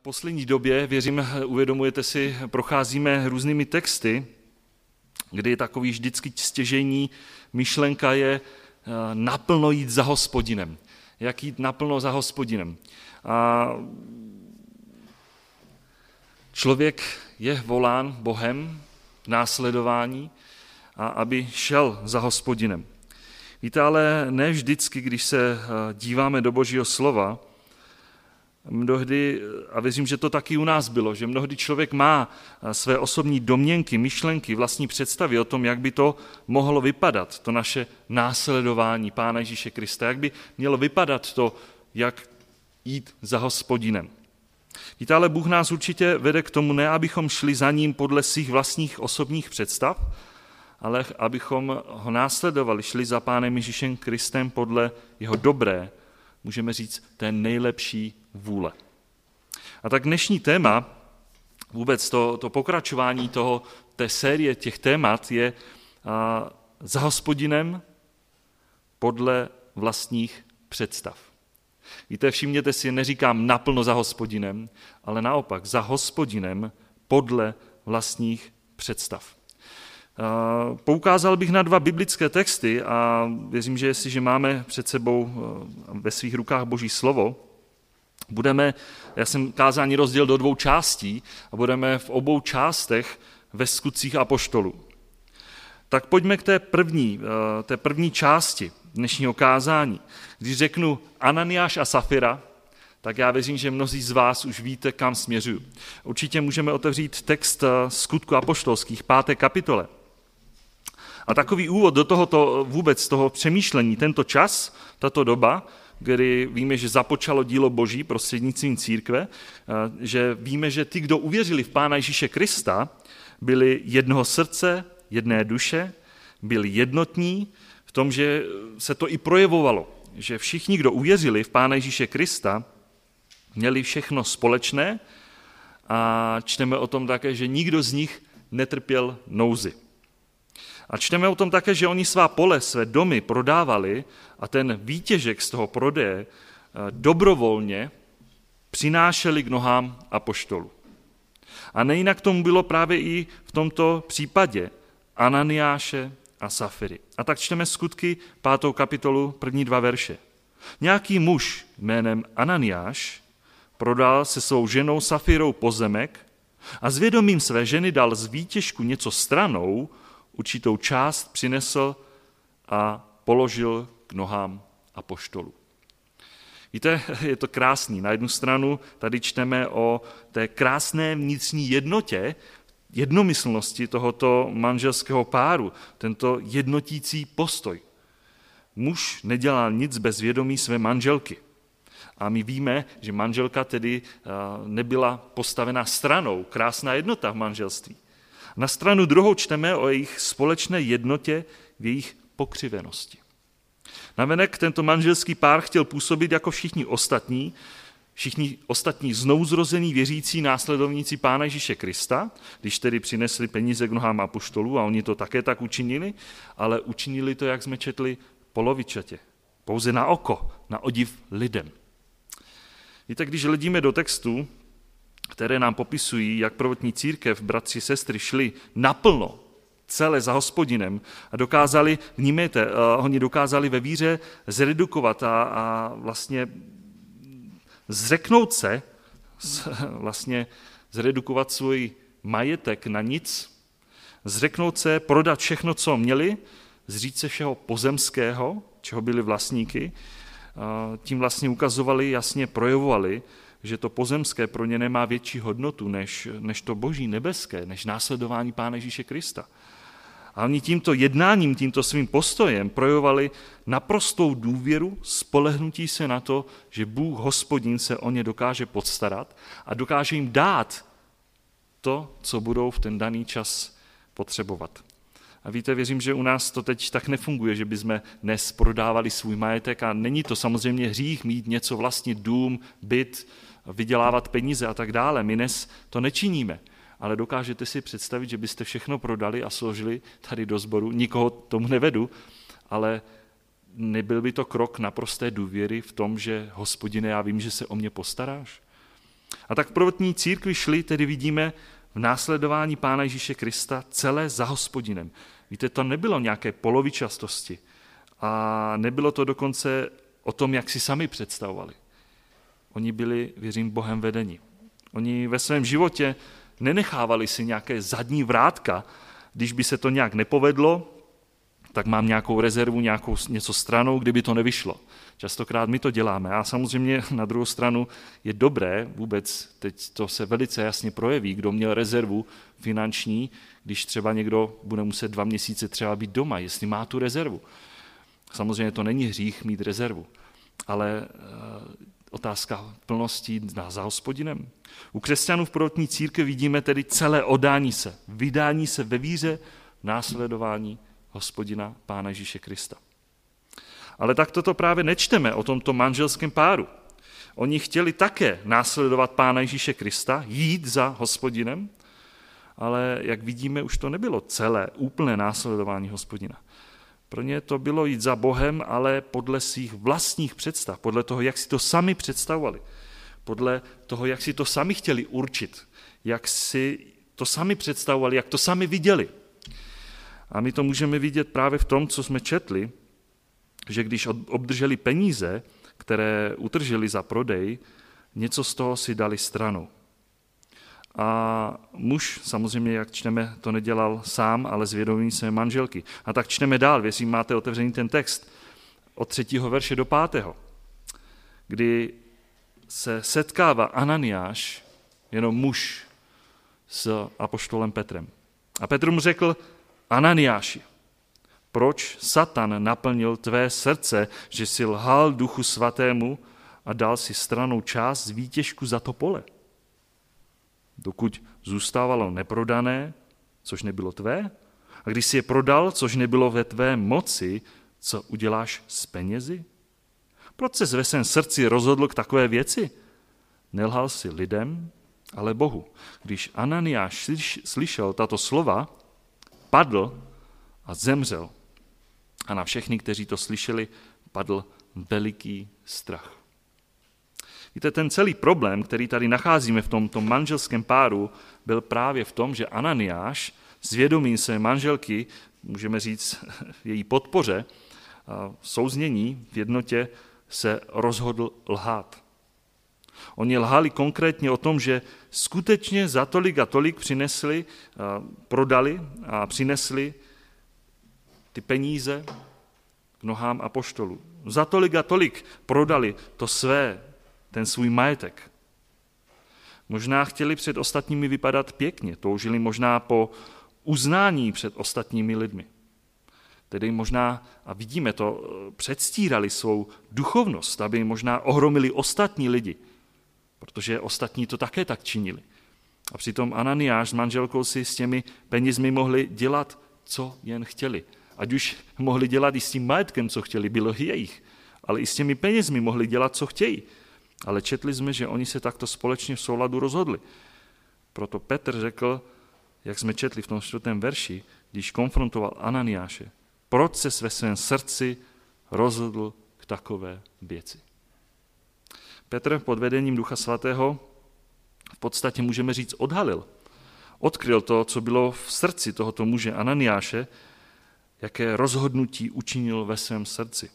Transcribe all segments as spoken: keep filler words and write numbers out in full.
poslední době, věřím, uvědomujete si, procházíme různými texty, kdy takový vždycky stěžejní myšlenka je naplno jít za Hospodinem. Jak jít naplno za Hospodinem. A člověk je volán Bohem v následování, a aby šel za Hospodinem. Víte, ale ne vždycky, když se díváme do Božího slova, mnohdy, a věřím, že to taky u nás bylo, že mnohdy člověk má své osobní domněnky, myšlenky, vlastní představy o tom, jak by to mohlo vypadat, to naše následování Pána Ježíše Krista, jak by mělo vypadat to, jak jít za Hospodinem. Víte, ale Bůh nás určitě vede k tomu, ne abychom šli za ním podle svých vlastních osobních představ, ale abychom ho následovali, šli za Pánem Ježíšem Kristem podle jeho dobré, můžeme říct, té nejlepší vůle. A tak dnešní téma, vůbec to, to pokračování toho, té série těch témat je a, za Hospodinem podle vlastních představ. Víte, všimněte si, neříkám naplno za Hospodinem, ale naopak za Hospodinem podle vlastních představ. Poukázal bych na dva biblické texty a věřím, že jestliže máme před sebou ve svých rukách Boží slovo, budeme, já jsem kázání rozdělil do dvou částí a budeme v obou částech ve Skutcích apoštolů. Tak pojďme k té první, té první části dnešního kázání. Když řeknu Ananiáš a Safira, tak já věřím, že mnozí z vás už víte, kam směřuju. Určitě můžeme otevřít text Skutků apoštolských, páté kapitole. A takový úvod do tohoto vůbec toho přemýšlení, tento čas, tato doba, kdy víme, že započalo dílo Boží prostřednictvím církve, že víme, že ty, kdo uvěřili v Pána Ježíše Krista, byli jednoho srdce, jedné duše, byli jednotní v tom, že se to i projevovalo, že všichni, kdo uvěřili v Pána Ježíše Krista, měli všechno společné a čteme o tom také, že nikdo z nich netrpěl nouzi. A čteme o tom také, že oni svá pole, své domy prodávali a ten výtěžek z toho prodeje dobrovolně přinášeli k nohám apoštolů. A nejinak tomu bylo právě i v tomto případě Ananiáše a Safiry. A tak čteme Skutky pátou kapitolu, první dva verše. Nějaký muž jménem Ananiáš prodal se svou ženou Safirou pozemek a s vědomím své ženy dal z výtěžku něco stranou, určitou část přinesl a položil k nohám apoštolů. Víte, je to krásný. Na jednu stranu tady čteme o té krásné vnitřní jednotě, jednomyslnosti tohoto manželského páru, tento jednotící postoj. Muž nedělal nic bez vědomí své manželky. A my víme, že manželka tedy nebyla postavena stranou, krásná jednota v manželství. Na stranu druhou čteme o jejich společné jednotě v jejich pokřivenosti. Navenek tento manželský pár chtěl působit jako všichni ostatní, všichni ostatní znovuzrození věřící následovníci Pána Ježíše Krista, když tedy přinesli peníze k nohám apoštolů a oni to také tak učinili, ale učinili to, jak jsme četli, polovičatě, pouze na oko, na odiv lidem. Víte, když hledíme do textu, které nám popisují, jak prvotní církev, bratři, sestry šli naplno, celé za Hospodinem a dokázali, vnímejte, uh, oni dokázali ve víře zredukovat a, a vlastně zřeknout se, vlastně zredukovat svůj majetek na nic, zřeknout se, prodat všechno, co měli, zříct se všeho pozemského, čeho byli vlastníky, uh, tím vlastně ukazovali, jasně projevovali, že to pozemské pro ně nemá větší hodnotu než, než to boží nebeské, než následování Pána Ježíše Krista. A oni tímto jednáním, tímto svým postojem projevovali naprostou důvěru, spolehnutí se na to, že Bůh Hospodin se o ně dokáže podstarat a dokáže jim dát to, co budou v ten daný čas potřebovat. A víte, věřím, že u nás to teď tak nefunguje, že bychom dnes prodávali svůj majetek a není to samozřejmě hřích mít něco vlastnit, dům, byt, vydělávat peníze a tak dále. My dnes to nečiníme, ale dokážete si představit, že byste všechno prodali a složili tady do sboru. Nikoho tomu nevedu, ale nebyl by to krok naprosté důvěry v tom, že Hospodine, já vím, že se o mě postaráš? A tak v prvotní církvi šli, tedy vidíme v následování Pána Ježíše Krista celé za Hospodinem. Víte, to nebylo nějaké polovičastosti a nebylo to dokonce o tom, jak si sami představovali. Oni byli, věřím, Bohem vedeni. Oni ve svém životě nenechávali si nějaké zadní vrátka, když by se to nějak nepovedlo, tak mám nějakou rezervu, nějakou něco stranou, kdyby to nevyšlo. Častokrát my to děláme a samozřejmě na druhou stranu je dobré, vůbec teď to se velice jasně projeví, kdo měl rezervu finanční, když třeba někdo bude muset dva měsíce třeba být doma, jestli má tu rezervu. Samozřejmě to není hřích mít rezervu, ale e, otázka plnosti za Hospodinem. U křesťanů v prvotní církvi vidíme tedy celé oddání se, vydání se ve víře, následování Hospodina Pána Ježíše Krista. Ale tak toto právě nečteme o tomto manželském páru. Oni chtěli také následovat Pána Ježíše Krista, jít za Hospodinem, ale jak vidíme, už to nebylo celé, úplné následování Hospodina. Pro ně to bylo jít za Bohem, ale podle svých vlastních představ, podle toho, jak si to sami představovali, podle toho, jak si to sami chtěli určit, jak si to sami představovali, jak to sami viděli. A my to můžeme vidět právě v tom, co jsme četli, že když obdrželi peníze, které utržili za prodej, něco z toho si dali stranou. A muž, samozřejmě, jak čteme, to nedělal sám, ale s vědomím své manželky. A tak čteme dál, věřím, máte otevřený ten text, od třetího verše do pátého, kdy se setkává Ananiáš, jenom muž, s apoštolem Petrem. A Petr mu řekl: Ananiáši, proč Satan naplnil tvé srdce, že jsi lhal Duchu Svatému a dal si stranou část z výtěžku za to pole? Dokud zůstávalo neprodané, což nebylo tvé, a když jsi je prodal, což nebylo ve tvé moci, co uděláš s penězi? Proč ses ve svém srdci rozhodl k takové věci? Nelhal jsi lidem, ale Bohu. Když Ananiáš slyšel tato slova, padl a zemřel. A na všechny, kteří to slyšeli, padl veliký strach. Víte, ten celý problém, který tady nacházíme v tomto manželském páru, byl právě v tom, že Ananiáš s vědomím své manželky, můžeme říct její podpoře, souznění v jednotě, se rozhodl lhát. Oni lhali konkrétně o tom, že skutečně za tolik a tolik přinesli, prodali a přinesli ty peníze k nohám apoštolů. Za tolik a tolik prodali to své, ten svůj majetek. Možná chtěli před ostatními vypadat pěkně, toužili možná po uznání před ostatními lidmi. Tedy možná, a vidíme to, předstírali svou duchovnost, aby možná ohromili ostatní lidi, protože ostatní to také tak činili. A přitom Ananiáš s manželkou si s těmi penězmi mohli dělat, co jen chtěli. Ať už mohli dělat i s tím majetkem, co chtěli, bylo jejich, ale i s těmi penězmi mohli dělat, co chtějí. Ale četli jsme, že oni se takto společně v souladu rozhodli. Proto Petr řekl, jak jsme četli v tom čtvrtém verši, když konfrontoval Ananiáše, proč se ve svém srdci rozhodl k takové věci. Petr pod vedením Ducha Svatého v podstatě můžeme říct odhalil. Odkryl to, co bylo v srdci tohoto muže Ananiáše, jaké rozhodnutí učinil ve svém srdci.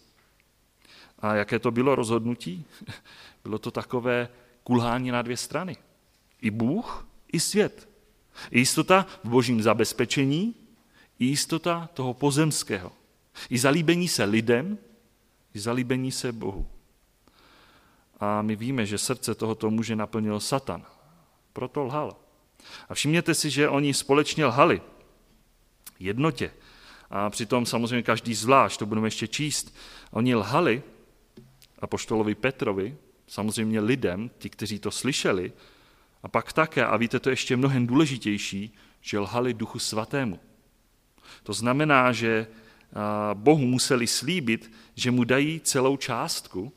A jaké to bylo rozhodnutí? Bylo to takové kulhání na dvě strany. I Bůh, i svět. I jistota v božím zabezpečení, i jistota toho pozemského. I zalíbení se lidem, i zalíbení se Bohu. A my víme, že srdce tohoto muže naplnil Satan. Proto lhal. A všimněte si, že oni společně lhali. Jednotě. A přitom samozřejmě každý zvlášť, to budeme ještě číst. Oni lhali apoštolovi Petrovi, samozřejmě lidem, ti, kteří to slyšeli, a pak také, a víte, to je ještě mnohem důležitější, že lhali Duchu Svatému. To znamená, že Bohu museli slíbit, že mu dají celou částku,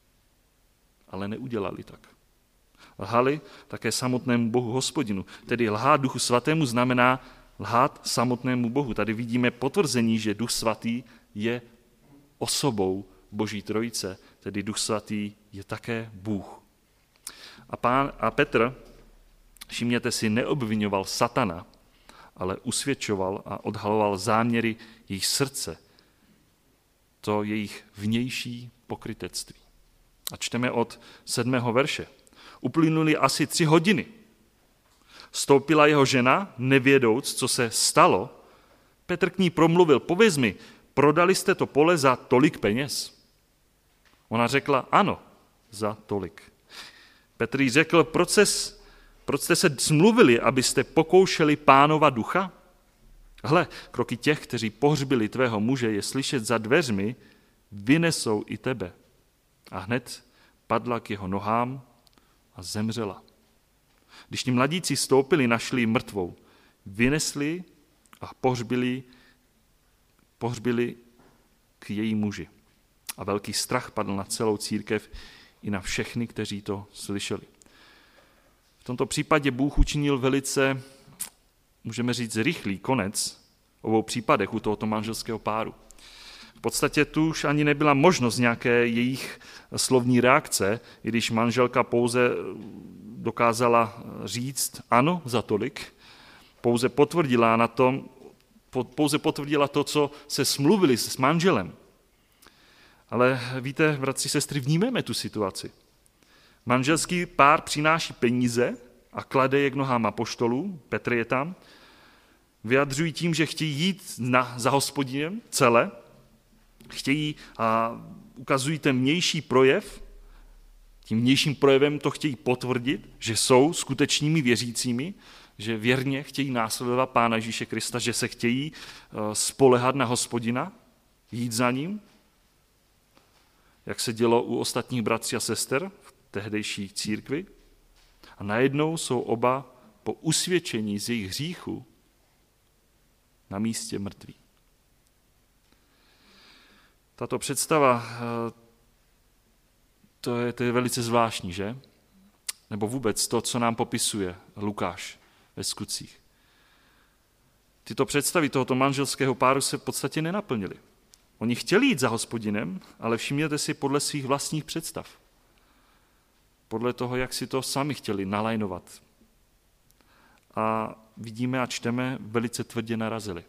ale neudělali tak. Lhali také samotnému Bohu Hospodinu. Tedy lhát Duchu Svatému znamená lhát samotnému Bohu. Tady vidíme potvrzení, že Duch Svatý je osobou Boží Trojice, tedy Duch Svatý je také Bůh. A, pán, a Petr, všimněte si, neobvinoval satana, ale usvědčoval a odhaloval záměry jejich srdce, to jejich vnější pokrytectví. A čteme od sedmého verše. Uplynuly asi tři hodiny. Vstoupila jeho žena, nevědouc, co se stalo. Petr k ní promluvil, pověz mi, prodali jste to pole za tolik peněz? Ona řekla, ano, za tolik. Petr jí řekl, proč, ses, proč jste se smluvili, abyste pokoušeli Pánova ducha? Hle, kroky těch, kteří pohřbili tvého muže, je slyšet za dveřmi, vynesou i tebe. A hned padla k jeho nohám a zemřela. Když ti mladíci stoupili, našli mrtvou, vynesli a pohřbili, pohřbili k její muži. A velký strach padl na celou církev i na všechny, kteří to slyšeli. V tomto případě Bůh učinil velice, můžeme říct, rychlý konec obou případech u tohoto manželského páru. V podstatě tu už ani nebyla možnost nějaké jejich slovní reakce, i když manželka pouze dokázala říct ano za tolik, pouze potvrdila na tom, pouze potvrdila to, co se smluvili s manželem. Ale víte, bratři, sestry, vnímeme tu situaci. Manželský pár přináší peníze a klade je k nohám apoštolů, Petr je tam, vyjadřují tím, že chtějí jít na, za Hospodinem celé, chtějí a ukazují ten vnější projev, tím vnějším projevem to chtějí potvrdit, že jsou skutečnými věřícími, že věrně chtějí následovat Pána Ježíše Krista, že se chtějí spolehat na Hospodina, jít za ním, jak se dělo u ostatních bratří a sester v tehdejší církvi. A najednou jsou oba po usvědčení z jejich hříchu na místě mrtví. Tato představa, to je, to je velice zvláštní, že? Nebo vůbec to, co nám popisuje Lukáš ve Skutcích. Tyto představy tohoto manželského páru se v podstatě nenaplnily. Oni chtěli jít za Hospodinem, ale všimněte si podle svých vlastních představ. Podle toho, jak si to sami chtěli nalajnovat. A vidíme a čteme, velice tvrdě narazili.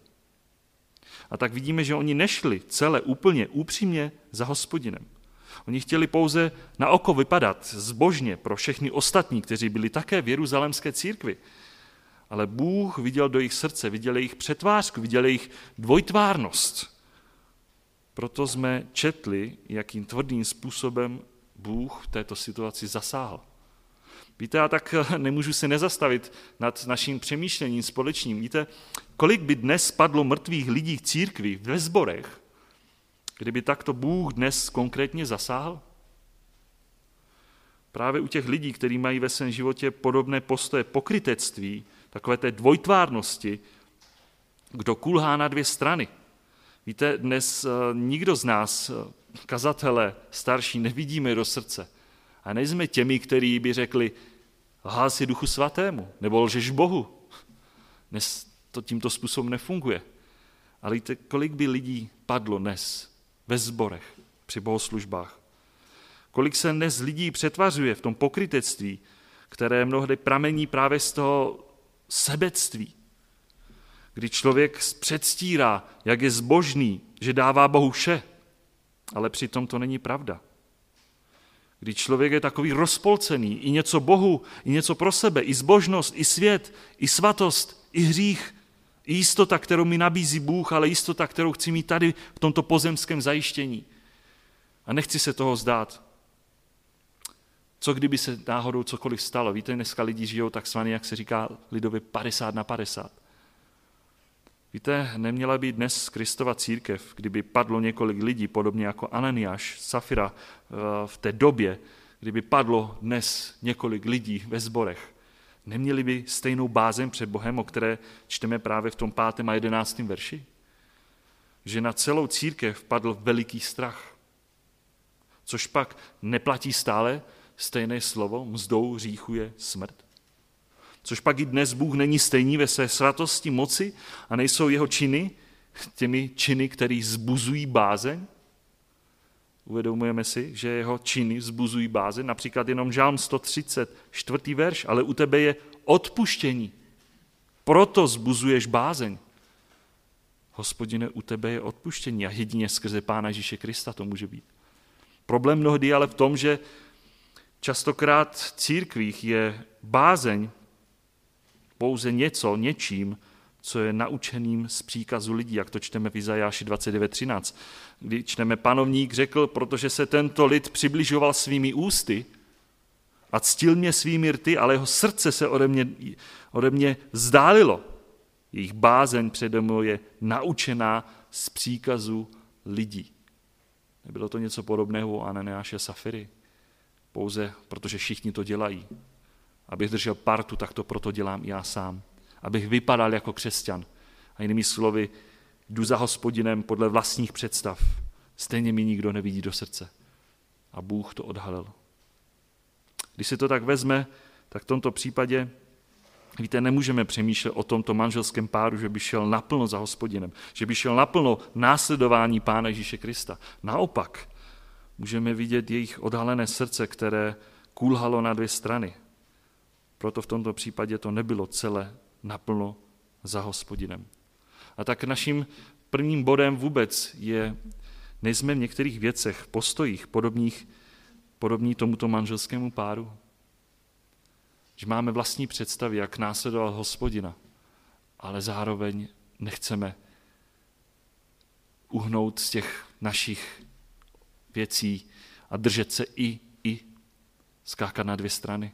A tak vidíme, že oni nešli celé úplně upřímně za Hospodinem. Oni chtěli pouze na oko vypadat zbožně pro všechny ostatní, kteří byli také v jeruzalémské církvi. Ale Bůh viděl do jejich srdce, viděl jejich přetvářku, viděl jejich dvojtvárnost. Proto jsme četli, jakým tvrdým způsobem Bůh v této situaci zasáhl. Víte, já tak nemůžu se nezastavit nad naším přemýšlením společným. Víte, kolik by dnes padlo mrtvých lidí v církvi, ve sborech, kdyby takto Bůh dnes konkrétně zasáhl? Právě u těch lidí, kteří mají ve svém životě podobné postoje pokrytectví, takové té dvojtvárnosti, kdo kulhá na dvě strany. Víte, dnes nikdo z nás, kazatele starší, nevidíme do srdce. A nejsme těmi, kteří by řekli, lhal si Duchu Svatému, nebo lžeš Bohu. Dnes to tímto způsobem nefunguje. Ale víte, kolik by lidí padlo dnes ve sborech, při bohoslužbách. Kolik se dnes lidí přetvařuje v tom pokrytectví, které mnohdy pramení právě z toho sebectví, kdy člověk předstírá, jak je zbožný, že dává Bohu vše, ale přitom to není pravda. Kdy člověk je takový rozpolcený, i něco Bohu, i něco pro sebe, i zbožnost, i svět, i svatost, i hřích, i jistota, kterou mi nabízí Bůh, ale jistota, kterou chci mít tady v tomto pozemském zajištění. A nechci se toho zdát. Co kdyby se náhodou cokoliv stalo? Víte, dneska lidi žijou takzvaně, jak se říká lidově, padesát na padesát. Víte, neměla by dnes Kristova církev, kdyby padlo několik lidí, podobně jako Ananiáš, Safira v té době, kdyby padlo dnes několik lidí ve sborech, neměli by stejnou bázeň před Bohem, o které čteme právě v tom pátém a jedenáctém verši? Že na celou církev padl veliký strach. Což pak neplatí stále stejné slovo, mzdou hříchu je smrt. Což pak i dnes Bůh není stejný ve své svatosti, moci a nejsou jeho činy těmi činy, které zbuzují bázeň. Uvědomujeme si, že jeho činy vzbuzují bázeň, například jenom Žálm sto třicet čtvrtý verš, ale u tebe je odpuštění. Proto vzbuzuješ bázeň. Hospodine, u tebe je odpuštění a jedině skrze Pána Ježíše Krista to může být. Problém mnohdy je ale v tom, že častokrát v církvích je bázeň pouze něco, něčím, co je naučeným z příkazu lidí, jak to čteme v Izajáši dvacet devět třináct. Kdy čteme, panovník řekl, protože se tento lid přibližoval svými ústy a ctil mě svými rty, ale jeho srdce se ode mě, ode mě vzdálilo. Jejich bázeň přede mnou je naučená z příkazu lidí. Nebylo to něco podobného u Ananiáše a Safiry, pouze protože všichni to dělají. Abych držel partu, tak to proto dělám i já sám. Abych vypadal jako křesťan. A jinými slovy, jdu za Hospodinem podle vlastních představ. Stejně mi nikdo nevidí do srdce. A Bůh to odhalil. Když se to tak vezme, tak v tomto případě, víte, nemůžeme přemýšlet o tomto manželském páru, že by šel naplno za Hospodinem, že by šel naplno následování Pána Ježíše Krista. Naopak, můžeme vidět jejich odhalené srdce, které kulhalo na dvě strany. Proto v tomto případě to nebylo celé naplno za Hospodinem. A tak naším prvním bodem vůbec je, nejsme v některých věcech, postojích podobných, podobní tomuto manželskému páru. Že máme vlastní představy, jak následovat Hospodina, ale zároveň nechceme uhnout z těch našich věcí a držet se i, i skákat na dvě strany.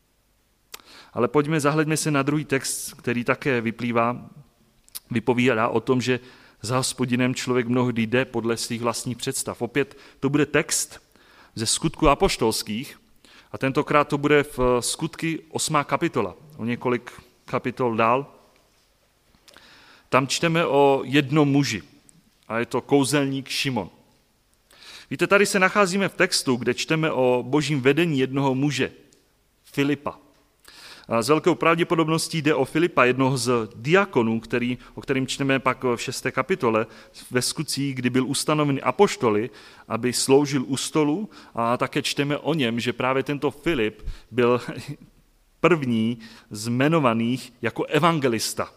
Ale pojďme, zahleďme se na druhý text, který také vyplývá, vypovídá o tom, že za Hospodinem člověk mnohdy jde podle svých vlastních představ. Opět to bude text ze Skutků apoštolských a tentokrát to bude v Skutky osmá kapitola, o několik kapitol dál. Tam čteme o jednom muži a je to kouzelník Šimon. Víte, tady se nacházíme v textu, kde čteme o božím vedení jednoho muže, Filipa. A s velkou pravděpodobností jde o Filipa, jednoho z diakonů, který, o kterém čteme pak v šesté kapitole ve Skutcích, kdy byl ustanoven apoštoly, aby sloužil u stolu, a také čteme o něm, že právě tento Filip byl první z jmenovaných jako evangelista.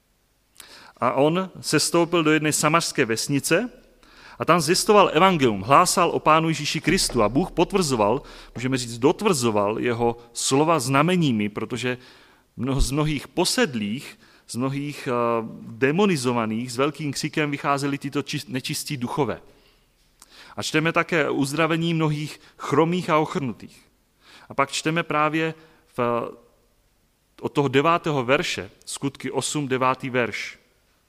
A on sestoupil do jedné samařské vesnice a tam zjistoval evangelium, hlásal o Pánu Ježíši Kristu a Bůh potvrzoval, můžeme říct, dotvrzoval jeho slova znameními, protože z mnohých posedlých, z mnohých demonizovaných s velkým křikem vycházeli tyto nečistí duchové. A čteme také uzdravení mnohých chromých a ochrnutých. A pak čteme právě v, od toho devátého verše, Skutky osm, devátý verš.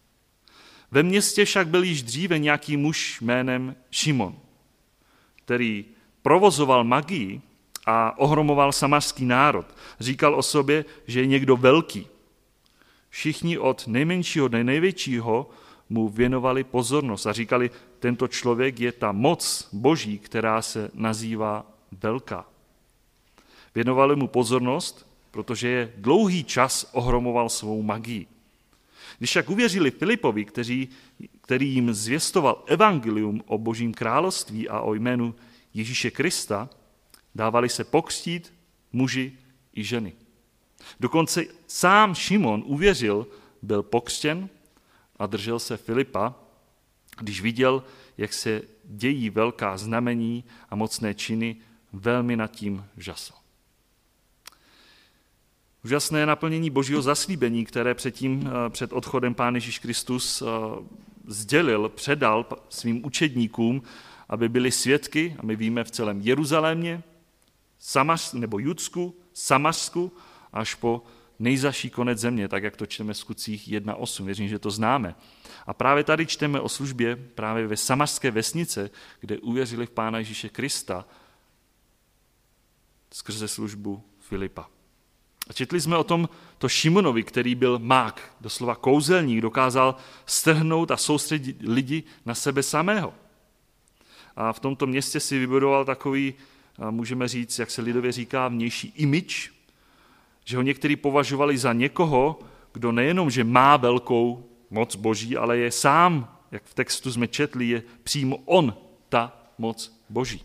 Ve městě však byl již dříve nějaký muž jménem Šimon, který provozoval magii a ohromoval samařský národ. Říkal o sobě, že je někdo velký. Všichni od nejmenšího do největšího mu věnovali pozornost a říkali, tento člověk je ta moc boží, která se nazývá velká. Věnovali mu pozornost, protože je dlouhý čas ohromoval svou magii. Když však uvěřili Filipovi, kteří, který jim zvěstoval evangelium o božím království a o jménu Ježíše Krista, dávali se pokřtít muži i ženy. Dokonce sám Šimon uvěřil, byl pokřtěn a držel se Filipa, když viděl, jak se dějí velká znamení a mocné činy, velmi nad tím žasl. Úžasné naplnění božího zaslíbení, které předtím, před odchodem Pán Ježíš Kristus sdělil, předal svým učedníkům, aby byli svědky, a my víme v celém Jeruzalémě, Samař, nebo Judsku, Samařsku, až po nejzaší konec země, tak jak to čteme v Skutcích jedna osm, věřím, že to známe. A právě tady čteme o službě právě ve samařské vesnice, kde uvěřili v Pána Ježíše Krista skrze službu Filipa. A četli jsme o tom to Šimonovi, který byl mák, doslova kouzelník, dokázal strhnout a soustředit lidi na sebe samého. A v tomto městě si vybudoval takový, můžeme říct, jak se lidově říká, vnější image, že ho někteří považovali za někoho, kdo nejenom, že má velkou moc boží, ale je sám, jak v textu jsme četli, je přímo on ta moc Boží.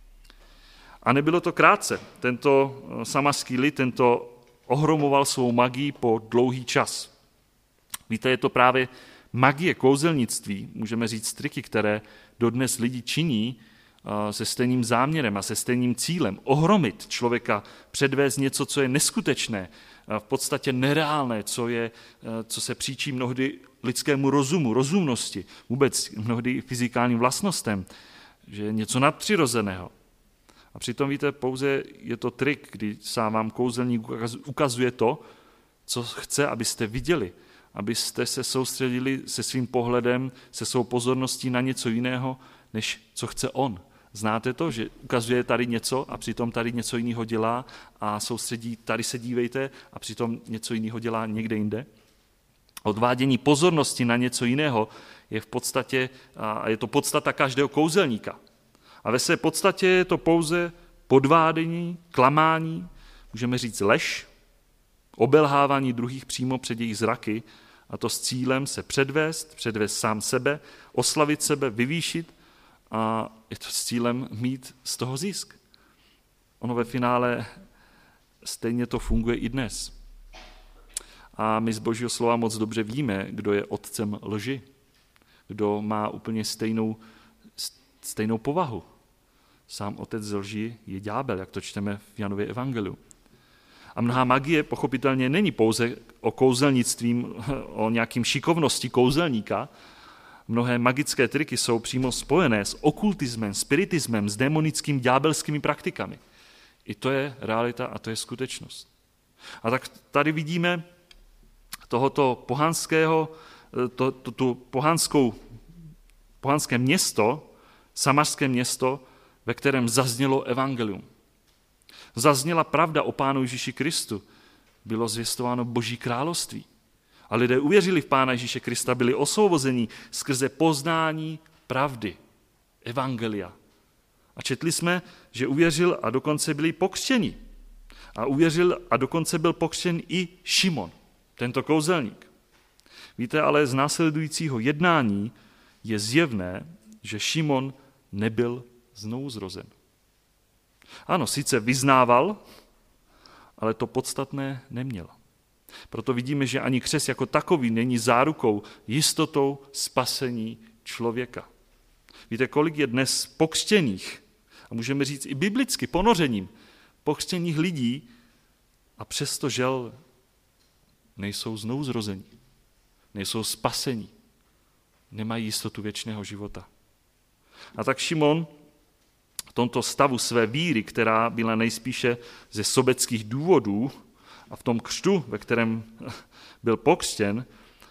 A nebylo to krátce. Tento samařský lid, tento ohromoval svou magii po dlouhý čas. Víte, je to právě magie kouzelnictví, můžeme říct triky, které dodnes lidi činí se stejným záměrem a se stejným cílem. Ohromit člověka, předvést něco, co je neskutečné, v podstatě nereálné, co, je, co se příčí mnohdy lidskému rozumu, rozumnosti, vůbec mnohdy i fyzikálním vlastnostem, že je něco nadpřirozeného. A přitom víte, pouze je to trik, kdy sám vám kouzelník ukazuje to, co chce, abyste viděli, abyste se soustředili se svým pohledem, se svou pozorností na něco jiného, než co chce on. Znáte to, že ukazuje tady něco a přitom tady něco jiného dělá a soustředí, tady se dívejte a přitom něco jiného dělá někde jinde? Odvádění pozornosti na něco jiného je v podstatě, a je to podstata každého kouzelníka. A ve své podstatě je to pouze podvádění, klamání, můžeme říct lež, obelhávání druhých přímo před jejich zraky, a to s cílem se předvést, předvést sám sebe, oslavit sebe, vyvýšit, a je to s cílem mít z toho zisk. Ono ve finále stejně to funguje i dnes. A my z Božího slova moc dobře víme, kdo je otcem lži, kdo má úplně stejnou, stejnou povahu. Sám otec lži je ďábel, jak to čteme v Janově evangeliu. A mnohá magie pochopitelně není pouze o kouzelnictvím, o nějakým šikovnosti kouzelníka. Mnohé magické triky jsou přímo spojené s okultismem, spiritismem, s démonickými ďábelskými praktikami. I to je realita a to je skutečnost. A tak tady vidíme tohoto pohanského, to, to, tu pohanskou, pohanské město, samařské město, ve kterém zaznělo evangelium. Zazněla pravda o Pánu Ježíši Kristu. Bylo zvěstováno Boží království. A lidé uvěřili v Pána Ježíše Krista, byli osvobozeni skrze poznání pravdy, evangelia. A četli jsme, že uvěřil a dokonce byli pokřtěni. A uvěřil a dokonce byl pokřtěn i Šimon, tento kouzelník. Víte, ale z následujícího jednání je zjevné, že Šimon nebyl znovuzrozen. Ano, sice vyznával, ale to podstatné neměl. Proto vidíme, že ani křest jako takový není zárukou, jistotou spasení člověka. Víte, kolik je dnes pokřtěných, a můžeme říct i biblicky, ponořením, pokřtěných lidí a přesto žel nejsou znovuzrození, nejsou spasení, nemají jistotu věčného života. A tak Šimon v tomto stavu své víry, která byla nejspíše ze sobeckých důvodů, a v tom křtu, ve kterém byl pokřtěn,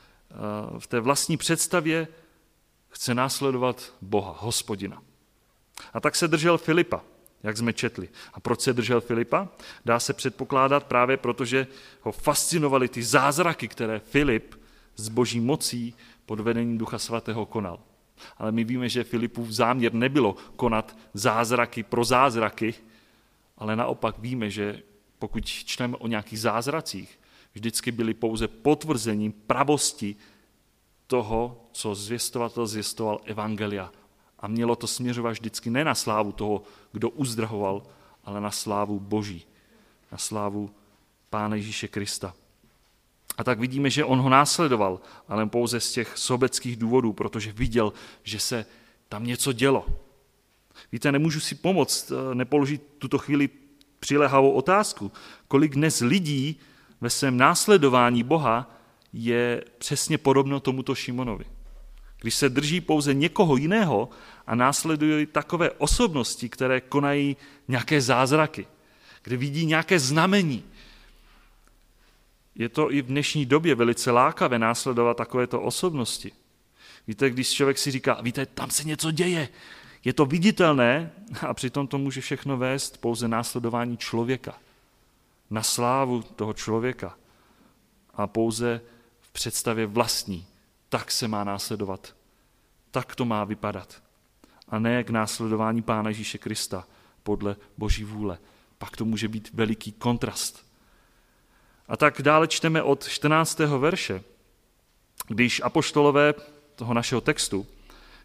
v té vlastní představě chce následovat Boha, Hospodina. A tak se držel Filipa, jak jsme četli. A proč se držel Filipa? Dá se předpokládat právě proto, že ho fascinovaly ty zázraky, které Filip s Boží mocí pod vedením Ducha Svatého konal. Ale my víme, že Filipův záměr nebylo konat zázraky pro zázraky, ale naopak víme, že pokud čteme o nějakých zázracích, vždycky byly pouze potvrzením pravosti toho, co zvěstovatel zvěstoval evangelia. A mělo to směřovat vždycky ne na slávu toho, kdo uzdravoval, ale na slávu Boží, na slávu Pána Ježíše Krista. A tak vidíme, že on ho následoval, ale pouze z těch sobeckých důvodů, protože viděl, že se tam něco dělo. Víte, nemůžu si pomoct, nepoložit tuto chvíli přilehavou otázku, kolik dnes lidí ve svém následování Boha je přesně podobno tomuto Šimonovi. Když se drží pouze někoho jiného a následují takové osobnosti, které konají nějaké zázraky, kde vidí nějaké znamení. Je to i v dnešní době velice lákavé následovat takovéto osobnosti. Víte, když člověk si říká, víte, tam se něco děje, je to viditelné a přitom to může všechno vést pouze následování člověka. Na slávu toho člověka a pouze v představě vlastní. Tak se má následovat. Tak to má vypadat. A ne k následování Pána Ježíše Krista podle Boží vůle. Pak to může být veliký kontrast. A tak dále čteme od čtrnáctého verše, když apoštolové toho našeho textu,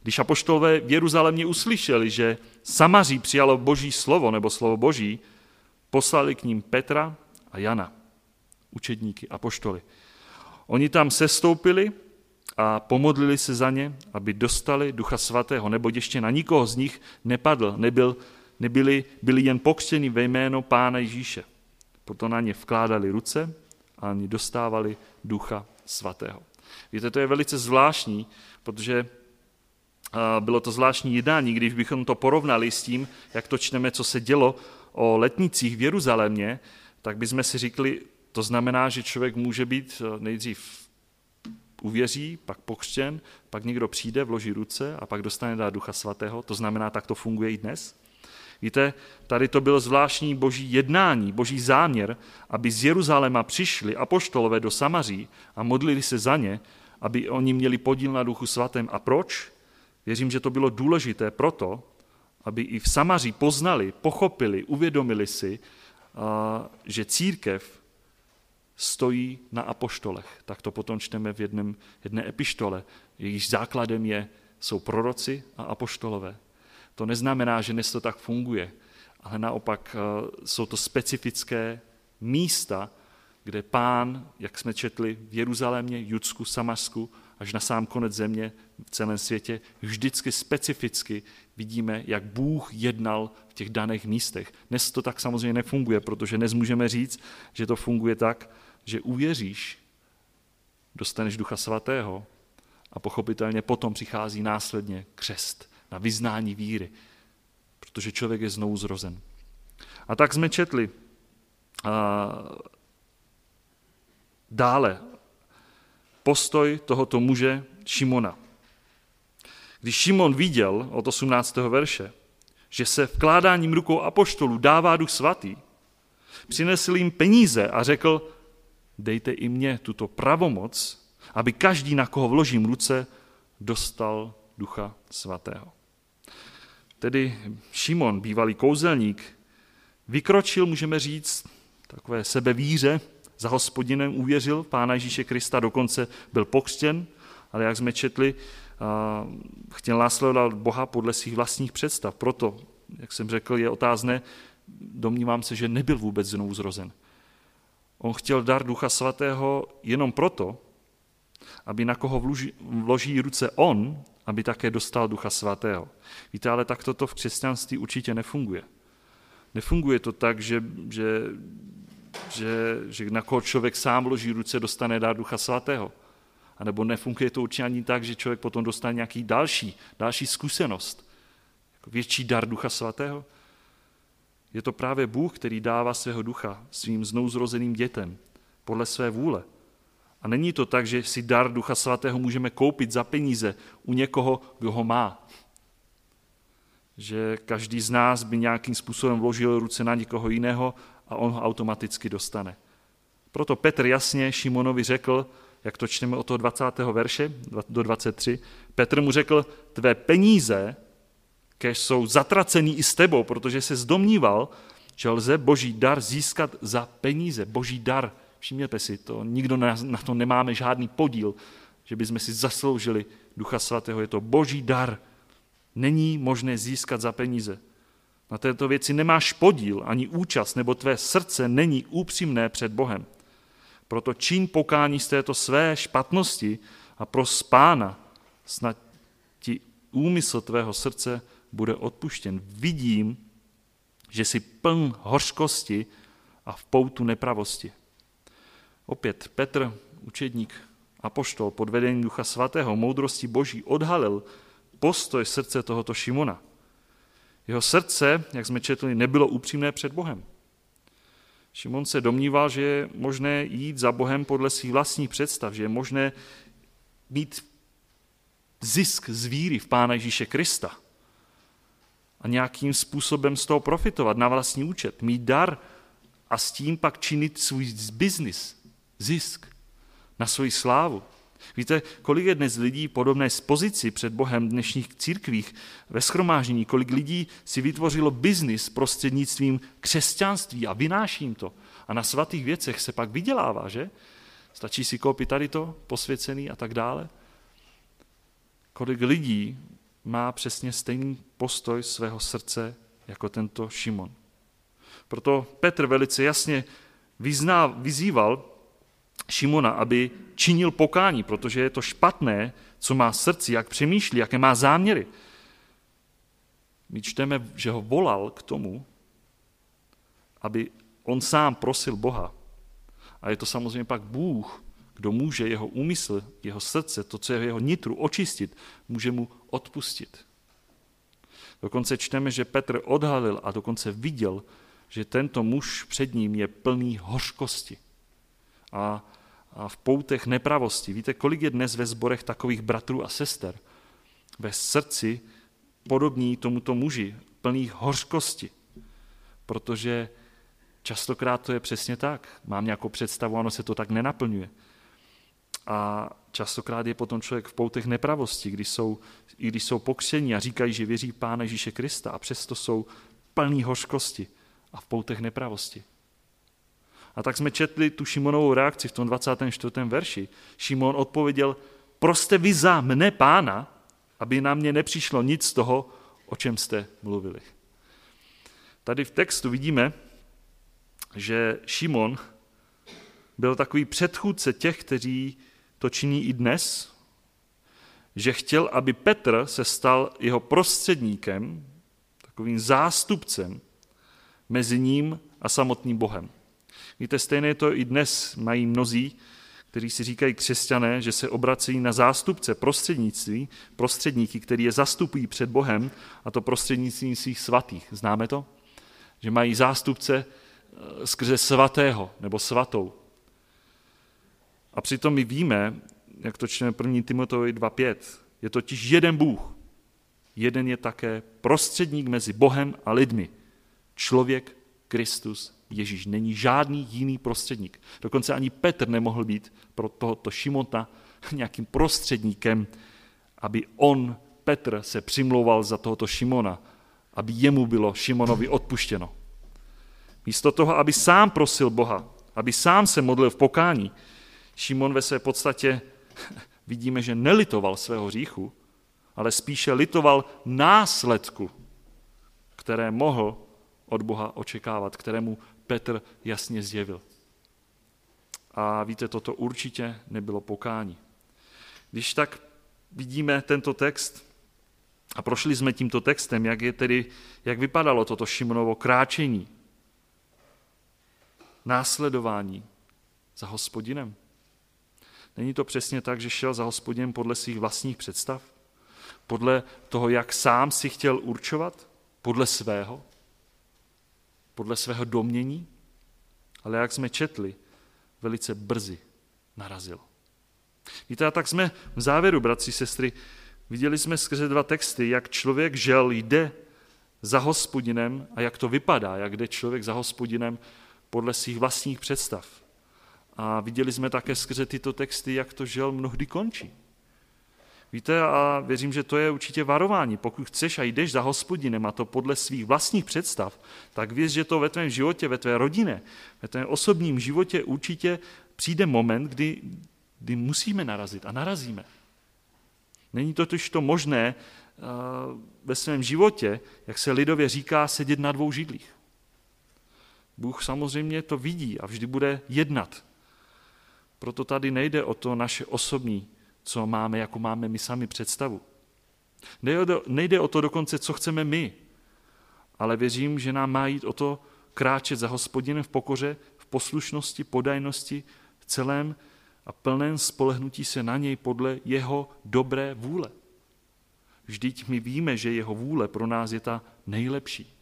Když apoštolové v Jeruzalémě uslyšeli, že Samaří přijalo Boží slovo nebo slovo Boží, poslali k ním Petra a Jana, učedníky, apoštoly. Oni tam sestoupili a pomodlili se za ně, aby dostali Ducha Svatého, neboť ještě na nikoho z nich nepadl, nebyl, nebyli, byli jen pokřtěni ve jméno Pána Ježíše. Proto na ně vkládali ruce a oni dostávali Ducha Svatého. Víte, to je velice zvláštní, protože bylo to zvláštní jednání, když bychom to porovnali s tím, jak to čteme, co se dělo o letnicích v Jeruzalémě, tak bychom si řekli, to znamená, že člověk může být nejdřív uvěří, pak pokřtěn, pak někdo přijde, vloží ruce a pak dostane dát Ducha Svatého. To znamená, tak to funguje i dnes. Víte, tady to bylo zvláštní boží jednání, boží záměr, aby z Jeruzaléma přišli apoštolové do Samaří a modlili se za ně, aby oni měli podíl na Duchu Svatém. A proč? Věřím, že to bylo důležité proto, aby i v Samaří poznali, pochopili, uvědomili si, že církev stojí na apoštolech. Tak to potom čteme v jednom, jedné epištole. Jejíž základem je, jsou proroci a apoštolové. To neznamená, že dnes to tak funguje, ale naopak jsou to specifické místa, kde Pán, jak jsme četli v Jeruzalémě, Judsku, Samařsku, až na sám konec země, v celém světě, vždycky specificky vidíme, jak Bůh jednal v těch daných místech. Dnes to tak samozřejmě nefunguje, protože dnes můžeme říct, že to funguje tak, že uvěříš, dostaneš Ducha Svatého a pochopitelně potom přichází následně křest na vyznání víry, protože člověk je znovu zrozen. A tak jsme četli a dále postoj tohoto muže Šimona. Když Šimon viděl od osmnáctého verše, že se vkládáním rukou apoštolů dává Duch Svatý, přinesl jim peníze a řekl, dejte i mně tuto pravomoc, aby každý, na koho vložím ruce, dostal Ducha Svatého. Tedy Šimon, bývalý kouzelník, vykročil, můžeme říct, takové sebevíře, za Hospodinem uvěřil Pána Ježíše Krista, dokonce byl pokřtěn, ale jak jsme četli, chtěl následovat Boha podle svých vlastních představ. Proto, jak jsem řekl, je otázné, domnívám se, že nebyl vůbec znovu zrozen. On chtěl dar Ducha Svatého jenom proto, aby na koho vloží, vloží ruce on, aby také dostal Ducha Svatého. Víte, ale tak toto v křesťanství určitě nefunguje. Nefunguje to tak, že, že, že, že na koho člověk sám vloží ruce, dostane dar Ducha Svatého. A nebo nefunguje to určitě ani tak, že člověk potom dostane nějaký další, další zkušenost, jako větší dar Ducha Svatého. Je to právě Bůh, který dává svého ducha svým znouzrozeným dětem podle své vůle. A není to tak, že si dar Ducha Svatého můžeme koupit za peníze u někoho, kdo ho má. Že každý z nás by nějakým způsobem vložil ruce na někoho jiného a on ho automaticky dostane. Proto Petr jasně Šimonovi řekl, jak to čteme od toho dvacátého verše do dvacet tři, Petr mu řekl, tvé peníze, kež jsou zatracený i s tebou, protože se zdomníval, že lze boží dar získat za peníze. Boží dar, všimněte si, to nikdo na, na to nemáme žádný podíl, že bychom si zasloužili Ducha Svatého. Je to boží dar. Není možné získat za peníze. Na této věci nemáš podíl ani účast, nebo tvé srdce není upřímné před Bohem. Proto čiň pokání z této své špatnosti a pros Pána, snad ti úmysl tvého srdce bude odpuštěn. Vidím, že jsi pln hořkosti a v poutu nepravosti. Opět Petr, učedník, apoštol pod vedením Ducha Svatého, moudrosti Boží, odhalil postoj srdce tohoto Šimona. Jeho srdce, jak jsme četli, nebylo upřímné před Bohem. Šimon se domníval, že je možné jít za Bohem podle svých vlastních představ, že je možné mít zisk z víry v Pána Ježíše Krista a nějakým způsobem z toho profitovat na vlastní účet, mít dar a s tím pak činit svůj biznis, zisk na svoji slávu. Víte, kolik je dnes lidí podobné z pozici před Bohem v dnešních církvích ve shromáždění, kolik lidí si vytvořilo biznis prostřednictvím křesťanství a vynáší jim to. A na svatých věcech se pak vydělává, že? Stačí si koupit tady to, posvěcený a tak dále. Kolik lidí má přesně stejný postoj svého srdce jako tento Šimon. Proto Petr velice jasně vyzná, vyzýval Šimona, aby činil pokání, protože je to špatné, co má v srdci, jak přemýšlí, jaké má záměry. My čteme, že ho volal k tomu, aby on sám prosil Boha. A je to samozřejmě pak Bůh, kdo může jeho úmysl, jeho srdce, to, co je v jeho nitru, očistit, může mu odpustit. Dokonce čteme, že Petr odhalil a dokonce viděl, že tento muž před ním je plný hořkosti a, a v poutech nepravosti. Víte, kolik je dnes ve sborech takových bratrů a sester ve srdci podobní tomuto muži, plných hořkosti, protože častokrát to je přesně tak. Mám nějakou představu, ano, se to tak nenaplňuje. A častokrát je potom člověk v poutech nepravosti, když jsou, i když jsou pokřtění a říkají, že věří Pána Ježíše Krista a přesto jsou plný hořkosti a v poutech nepravosti. A tak jsme četli tu Šimonovou reakci v tom dvacátém čtvrtém verši. Šimon odpověděl, proste vy za mne Pána, aby na mě nepřišlo nic z toho, o čem jste mluvili. Tady v textu vidíme, že Šimon byl takový předchůdce těch, kteří to činí i dnes, že chtěl, aby Petr se stal jeho prostředníkem, takovým zástupcem mezi ním a samotným Bohem. Víte, stejné to i dnes mají mnozí, kteří si říkají křesťané, že se obracejí na zástupce prostřednictví, prostředníky, který je zastupují před Bohem, a to prostřednictvím svých svatých. Známe to? Že mají zástupce skrze svatého nebo svatou. A přitom my víme, jak to čteme první Timoteovi dva pět, je totiž jeden Bůh. Jeden je také prostředník mezi Bohem a lidmi. Člověk Kristus Ježíš. Není žádný jiný prostředník. Dokonce ani Petr nemohl být pro tohoto Šimona nějakým prostředníkem, aby on, Petr, se přimlouval za tohoto Šimona, aby jemu bylo Šimonovi odpuštěno. Místo toho, aby sám prosil Boha, aby sám se modlil v pokání, Šimon ve své podstatě vidíme, že nelitoval svého hříchu, ale spíše litoval následku, které mohl od Boha očekávat, kterému Petr jasně zjevil. A víte, toto určitě nebylo pokání. Když tak vidíme tento text a prošli jsme tímto textem, jak je tedy, jak vypadalo toto Šimonovo kráčení, následování za Hospodinem. Není to přesně tak, že šel za Hospodinem podle svých vlastních představ? Podle toho, jak sám si chtěl určovat? Podle svého? Podle svého domnění? Ale jak jsme četli, velice brzy narazil. Víte, a tak jsme v závěru, bratři, sestry, viděli jsme skrze dva texty, jak člověk žel jde za Hospodinem a jak to vypadá, jak jde člověk za Hospodinem podle svých vlastních představ. A viděli jsme také skrze tyto texty, jak to žel mnohdy končí. Víte, a věřím, že to je určitě varování. Pokud chceš a jdeš za Hospodinem a to podle svých vlastních představ, tak věř, že to ve tvém životě, ve tvé rodině, ve tvém osobním životě určitě přijde moment, kdy, kdy musíme narazit a narazíme. Není totiž to možné uh, ve svém životě, jak se lidově říká, sedět na dvou židlích. Bůh samozřejmě to vidí a vždy bude jednat. Proto tady nejde o to naše osobní, co máme, jako máme my sami představu. Nejde o to dokonce, co chceme my, ale věřím, že nám má jít o to kráčet za Hospodinem v pokoře, v poslušnosti, podajnosti, v celém a plném spolehnutí se na něj podle jeho dobré vůle. Vždyť my víme, že jeho vůle pro nás je ta nejlepší.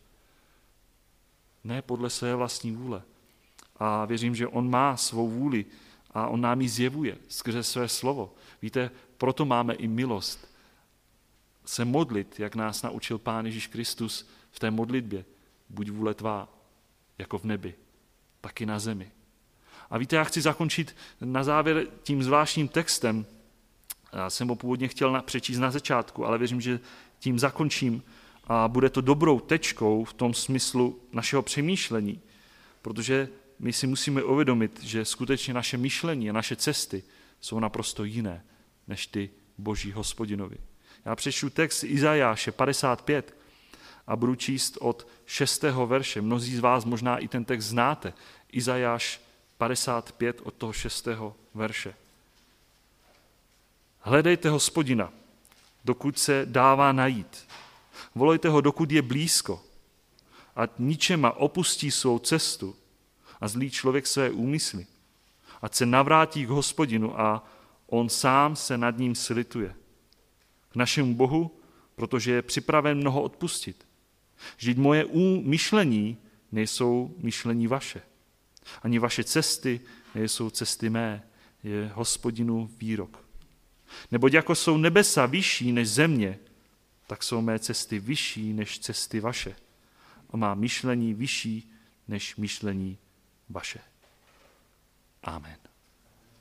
Ne podle své vlastní vůle. A věřím, že on má svou vůli a on nám ji zjevuje skrze své slovo. Víte, proto máme i milost se modlit, jak nás naučil Pán Ježíš Kristus v té modlitbě. Buď vůle tvá, jako v nebi, tak i na zemi. A víte, já chci zakončit na závěr tím zvláštním textem. Já jsem ho původně chtěl přečíst na začátku, ale věřím, že tím zakončím a bude to dobrou tečkou v tom smyslu našeho přemýšlení, protože my si musíme uvědomit, že skutečně naše myšlení a naše cesty jsou naprosto jiné než ty Boží Hospodinovi. Já přečtu text Izajáše padesát pět a budu číst od šestého verše. Mnozí z vás možná i ten text znáte. Izajáš padesát pět od toho šestého verše. Hledejte Hospodina, dokud se dává najít. Volejte ho, dokud je blízko. Ať ničema opustí svou cestu a zlý člověk své úmysly. Ať se navrátí k Hospodinu a on sám se nad ním slituje. K našemu Bohu, protože je připraven mnoho odpustit. Vždyť moje myšlení nejsou myšlení vaše. Ani vaše cesty nejsou cesty mé, je Hospodinu výrok. Neboť jako jsou nebesa vyšší než země, tak jsou mé cesty vyšší než cesty vaše. A má myšlení vyšší než myšlení vaše. Amen.